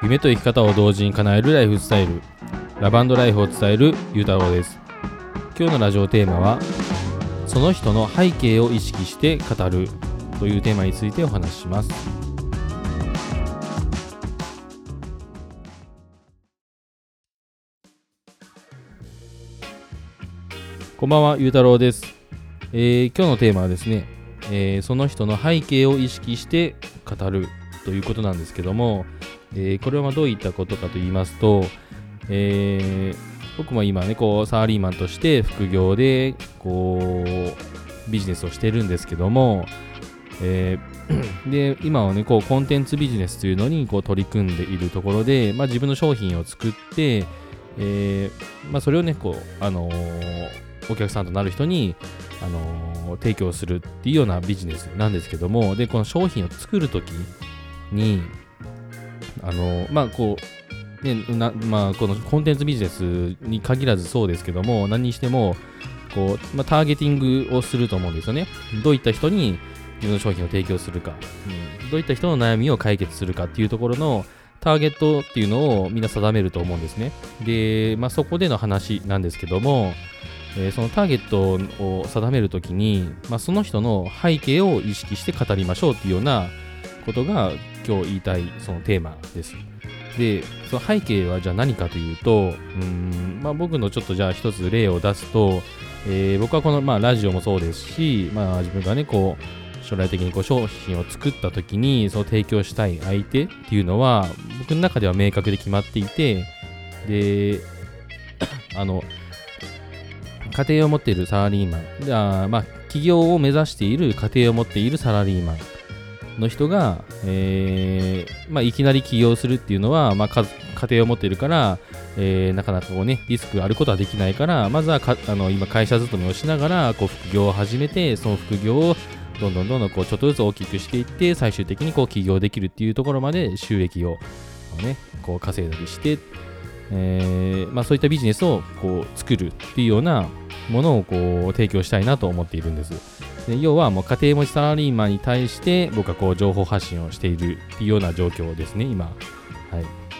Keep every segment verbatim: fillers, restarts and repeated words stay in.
夢と生き方を同時に叶えるライフスタイル、ラブ&ライフを伝えるゆうたろうです。今日のラジオテーマは、その人の背景を意識して語るというテーマについてお話しします。こんばんは、ゆうたろうです。えー、今日のテーマはですね、えー、その人の背景を意識して語るということなんですけども、えー、これはまあどういったことかと言いますと、えー、僕も今ねこうサラリーマンとして副業でこうビジネスをしてるんですけども、えー、で今はねこうコンテンツビジネスというのにこう取り組んでいるところで、まあ、自分の商品を作って、えーまあ、それをねこう、あのー、お客さんとなる人に、あのー、提供するっていうようなビジネスなんですけども、でこの商品を作るときにあのー、まあこうねなまあこのコンテンツビジネスに限らずそうですけども、何にしてもこう、まあ、ターゲティングをすると思うんですよね。どういった人に自分の商品を提供するか、うん、どういった人の悩みを解決するかっていうところのターゲットっていうのをみんな定めると思うんですね。で、まあ、そこでの話なんですけども、えー、そのターゲットを定めるときに、まあ、その人の背景を意識して語りましょうっていうようなことが今日言いたいそのテーマです。で、その背景はじゃあ何かというと、うーん、まあ、僕のちょっとじゃあ一つ例を出すと、えー、僕はこの、まあ、ラジオもそうですし、まあ、自分がねこう将来的にこう商品を作った時にその提供したい相手っていうのは僕の中では明確で決まっていて、であの家庭を持っているサラリーマン、あまあ起業を目指している家庭を持っているサラリーマンの人が、えーまあ、いきなり起業するっていうのは、まあ、家庭を持っているから、えー、なかなかこうねリスクがあることはできないから、まずはかあの今会社勤めをしながらこう副業を始めて、その副業をどんどんどんどんこうちょっとずつ大きくしていって、最終的にこう起業できるっていうところまで収益を、ね、こう稼いだりして、えーまあ、そういったビジネスをこう作るっていうようなものをこう提供したいなと思っているんです。で要はもう家庭持ちサラリーマンに対して僕はこう情報発信をしているっていうような状況ですね今。はい、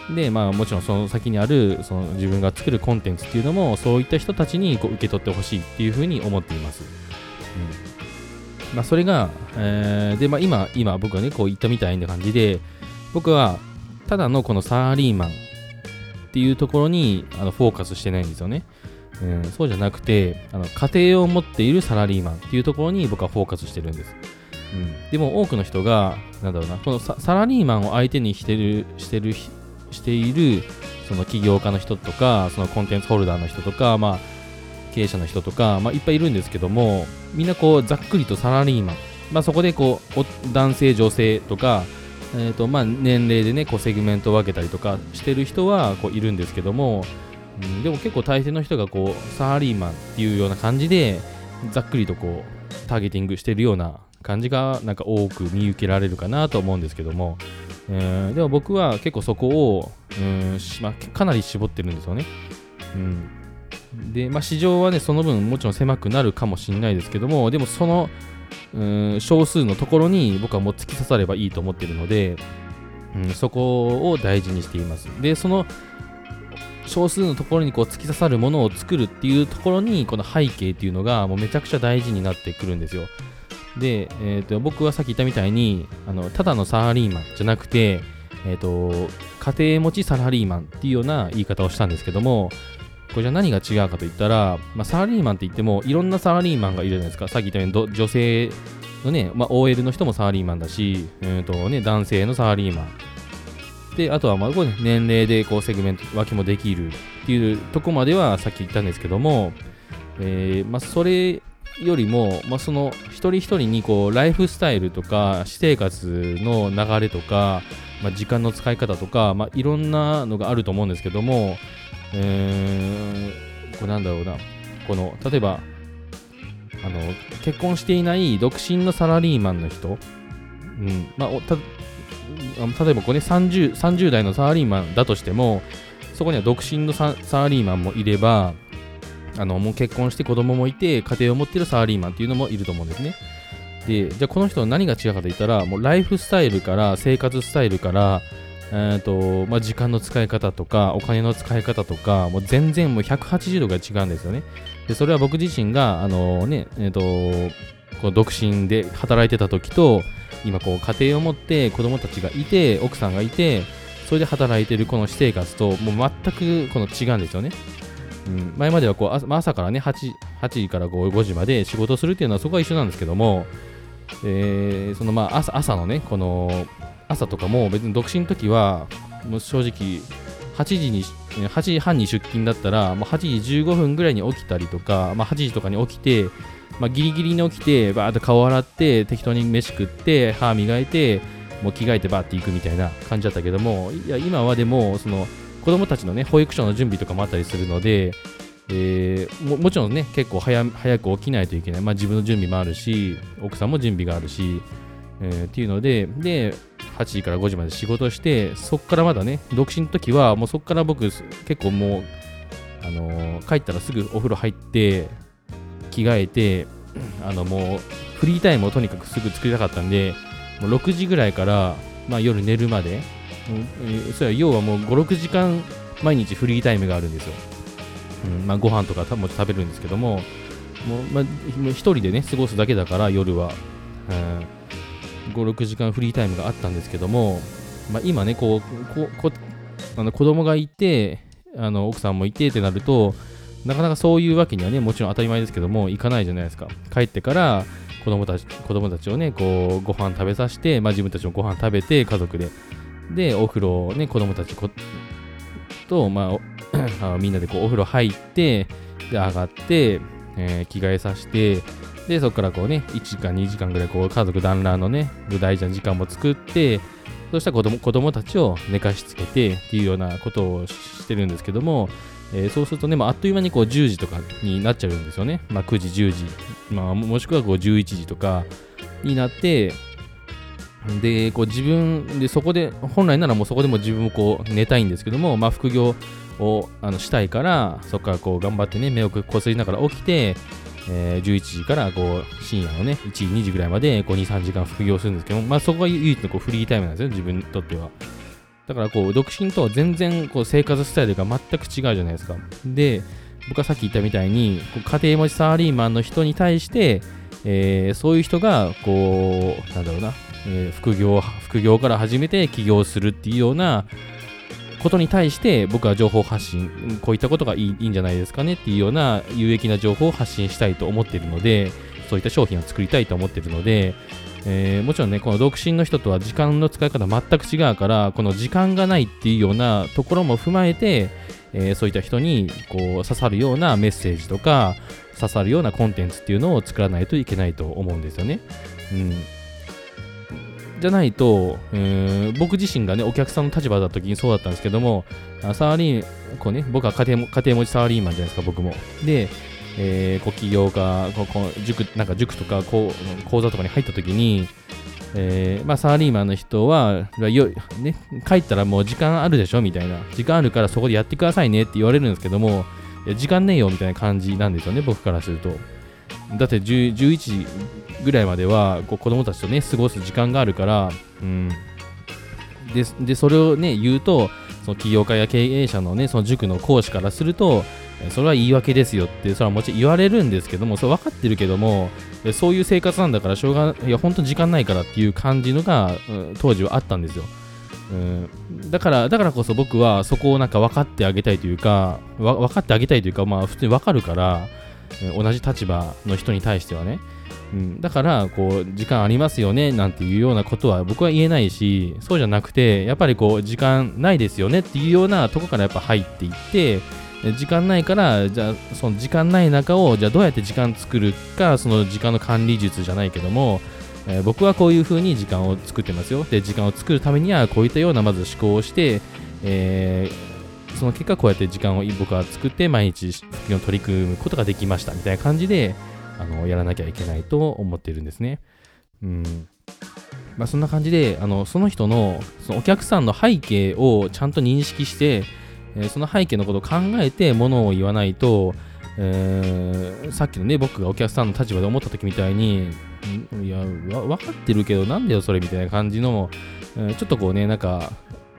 でまあもちろんその先にあるその自分が作るコンテンツっていうのもそういった人たちにこう受け取ってほしいっていうふうに思っています。うんまあ、それが、えー、でまあ今今僕がねこう言ったみたいな感じで、僕はただのこのサラリーマンっていうところにあのフォーカスしてないんですよね。うん、そうじゃなくてあの家庭を持っているサラリーマンっていうところに僕はフォーカスしてるんです。うん、でも多くの人がなんだろうなこの サ, サラリーマンを相手にしてるしてるしているその起業家の人とか、そのコンテンツホルダーの人とか、まあ、経営者の人とか、まあ、いっぱいいるんですけども、みんなこうざっくりとサラリーマン、まあ、そこでこう男性女性とか、えーとまあ、年齢でねこうセグメントを分けたりとかしてる人はこういるんですけども、うん、でも結構大抵の人がこうサラリーマンっていうような感じでざっくりとこうターゲティングしてるような感じがなんか多く見受けられるかなと思うんですけども、えー、でも僕は結構そこを、うんまあ、かなり絞ってるんですよね。うんでまあ、市場はねその分もちろん狭くなるかもしれないですけども、でもそのうん少数のところに僕はもう突き刺さればいいと思ってるので、うん、そこを大事にしています。でその少数のところにこう突き刺さるものを作るっていうところにこの背景っていうのがもうめちゃくちゃ大事になってくるんですよ。で、えー、と僕はさっき言ったみたいにあのただのサラリーマンじゃなくて、えー、と家庭持ちサラリーマンっていうような言い方をしたんですけども、これじゃ何が違うかといったら、まあ、サラリーマンって言ってもいろんなサラリーマンがいるじゃないですか。さっき言ったように女性のね、まあ、オーエル の人もサラリーマンだし、えーとね、男性のサラリーマンで、あとはまあこれ、ね、年齢でこうセグメント分けもできるっていうとこまではさっき言ったんですけども、えーまあ、それよりも、まあ、その一人一人にこうライフスタイルとか私生活の流れとか、まあ、時間の使い方とか、まあ、いろんなのがあると思うんですけども、えー、これなんだろうなこの例えばあの結婚していない独身のサラリーマンの人、うんまあ、た例えばこれ、ね、30, 30代のサラリーマンだとしても、そこには独身の サ, サラリーマンもいれば、あのもう結婚して子供もいて家庭を持っているサラリーマンっていうのもいると思うんですね。でじゃあこの人の何が違うかといったら、もうライフスタイルから生活スタイルから、 えーとまあ、時間の使い方とかお金の使い方とかもう全然もうひゃくはちじゅうどが違うんですよね。でそれは僕自身があのねえーとこう独身で働いてた時と今こう家庭を持って子供たちがいて奥さんがいてそれで働いてるこの私生活ともう全くこの違うんですよね。うん、前まではこう 朝, 朝からね 8, 8時からごじまで仕事をするっていうのはそこは一緒なんですけども、えー、そのまあ 朝, 朝のねこの朝とかも別に独身の時はもう正直はちじにはちじはんに出勤だったらもうはちじじゅうごふんぐらいに起きたりとか、まあ、はちじとかに起きて、まあ、ギリギリに起きてバーッと顔洗って適当に飯食って歯磨いてもう着替えてバーって行くみたいな感じだったけども、いや今はでもその子供たちのね保育所の準備とかもあったりするので、えー、も, もちろんね結構 早, 早く起きないといけない、まあ、自分の準備もあるし奥さんも準備があるし、えー、っていうのでではちじからごじまで仕事してそっからまだね独身の時はもうそっから僕結構もう、あのー、帰ったらすぐお風呂入って着替えてあのもうフリータイムをとにかくすぐ作りたかったんでもうろくじぐらいから、まあ、夜寝るまで、うん、それは要はもうごろくじかん毎日フリータイムがあるんですよ。うんまあ、ご飯とかも食べるんですけども、もう、まあ、一人でね過ごすだけだから夜は、うん、ごろくじかんフリータイムがあったんですけども、まあ、今ねこうここあの子供がいてあの奥さんもいてってなるとなかなかそういうわけにはねもちろん当たり前ですけどもいかないじゃないですか。帰ってから子供たち子供たちをねこうご飯食べさせて、まあ、自分たちもご飯食べて家族ででお風呂をね子供たちと、まあ、あみんなでこうお風呂入ってで上がって、えー、着替えさせてでそこからこうねいちじかんにじかんぐらいこう家族団らんのね大事な時間も作ってそうしたら子供、子供たちを寝かしつけてっていうようなことをしてるんですけども、えー、そうするとね、まあ、あっという間にこうじゅうじとかになっちゃうんですよね。まあ、くじじゅうじ、まあ、もしくはこうじゅういちじとかになってでこう自分でそこで本来ならもうそこでも自分もこう寝たいんですけども、まあ、副業をあのしたいからそこからこう頑張ってね目をこすりながら起きて、えー、じゅういちじからこう深夜のねいちじにじぐらいまでこうにさんじかん副業するんですけども、まあ、そこが唯一のこうフリータイムなんですよ自分にとっては。だからこう独身と全然こう生活スタイルが全く違うじゃないですか。で僕はさっき言ったみたいにこう家庭持ちサラリーマンの人に対して、えー、そういう人がこうなんだろうなえー、副業副業から始めて起業するっていうようなことに対して僕は情報発信こういったことがいい、いいんじゃないですかねっていうような有益な情報を発信したいと思っているのでそういった商品を作りたいと思っているので、えー、もちろんねこの独身の人とは時間の使い方全く違うからこの時間がないっていうようなところも踏まえて、えー、そういった人にこう刺さるようなメッセージとか刺さるようなコンテンツっていうのを作らないといけないと思うんですよね。うんじゃないと、えー、僕自身がねお客さんの立場だった時にそうだったんですけどもサラリーこうね僕は家庭も家庭持ちサラリーマンじゃないですか僕もで、えー、こう起業家こうこう塾なんか塾とかこう講座とかに入った時に、えーまあ、サラリーマンの人はよ、ね、帰ったらもう時間あるでしょみたいな時間あるからそこでやってくださいねって言われるんですけどもいや時間ねえよみたいな感じなんですよね僕からすると。だってじゅう、じゅういちじぐらいまではこう子供たちとね過ごす時間があるから、うん、で, でそれをね言うとその起業家や経営者のねその塾の講師からするとそれは言い訳ですよってそれはもちろん言われるんですけどもそれ分かってるけどもそういう生活なんだからしょうがいや本当に時間ないからっていう感じのが、うん、当時はあったんですよ。うん、だからだからこそ僕はそこをなんか分かってあげたいというかわ分かってあげたいというかまあ普通に分かるから同じ立場の人に対してはね、うん、だからこう時間ありますよねなんていうようなことは僕は言えないしそうじゃなくてやっぱりこう時間ないですよねっていうようなとこからやっぱ入っていって時間ないからじゃあその時間ない中をじゃあどうやって時間作るかその時間の管理術じゃないけども、えー、僕はこういう風に時間を作ってますよで時間を作るためにはこういったようなまず思考をして、えーその結果こうやって時間を僕は作って毎日副業に取り組むことができましたみたいな感じであのやらなきゃいけないと思っているんですね。うんまあ、そんな感じであのその人の、そのお客さんの背景をちゃんと認識して、えー、その背景のことを考えてものを言わないと、えー、さっきのね僕がお客さんの立場で思った時みたいにいやわ分かってるけどなんだよそれみたいな感じの、えー、ちょっとこうねなんか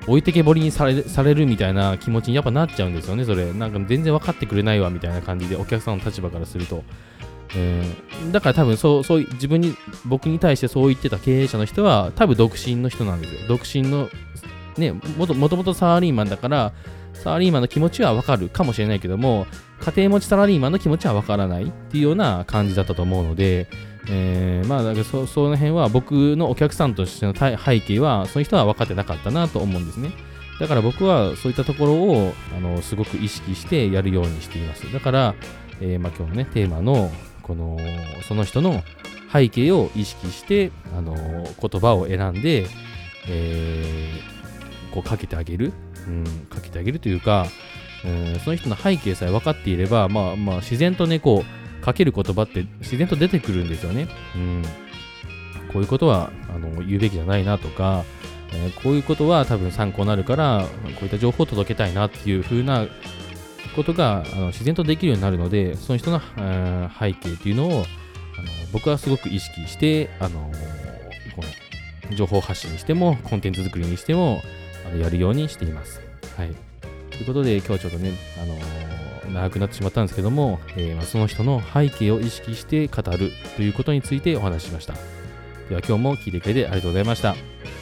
置いてけぼりにされされるみたいな気持ちにやっぱなっちゃうんですよね。それなんか全然分かってくれないわみたいな感じで、お客さんの立場からすると、えー、だから多分そうそう自分に僕に対してそう言ってた経営者の人は多分独身の人なんですよ。独身のね、もともとサラリーマンだから、サラリーマンの気持ちは分かるかもしれないけども、家庭持ちサラリーマンの気持ちは分からないっていうような感じだったと思うので、えー、まあだから そ, その辺は僕のお客さんとしての背景はその人は分かってなかったなと思うんですね。だから僕はそういったところをあのすごく意識してやるようにしています。だから、えーまあ、今日のねテーマのこのその人の背景を意識してあの言葉を選んで、えー、こうかけてあげる、うん、かけてあげるというか、うん、その人の背景さえ分かっていれば、まあまあ自然とねこうかける言葉って自然と出てくるんですよね。うん、こういうことはあの言うべきじゃないなとか、えー、こういうことは多分参考になるからこういった情報を届けたいなっていう風なことがあの自然とできるようになるので、その人の、えー、背景っていうのをあの僕はすごく意識してあのこの情報発信にしてもコンテンツ作りにしてもあのやるようにしています。はい。ということで今日はちょっとね、あのー、長くなってしまったんですけども、えーまあ、その人の背景を意識して語るということについてお話ししました。では今日も聞いてくれてありがとうございました。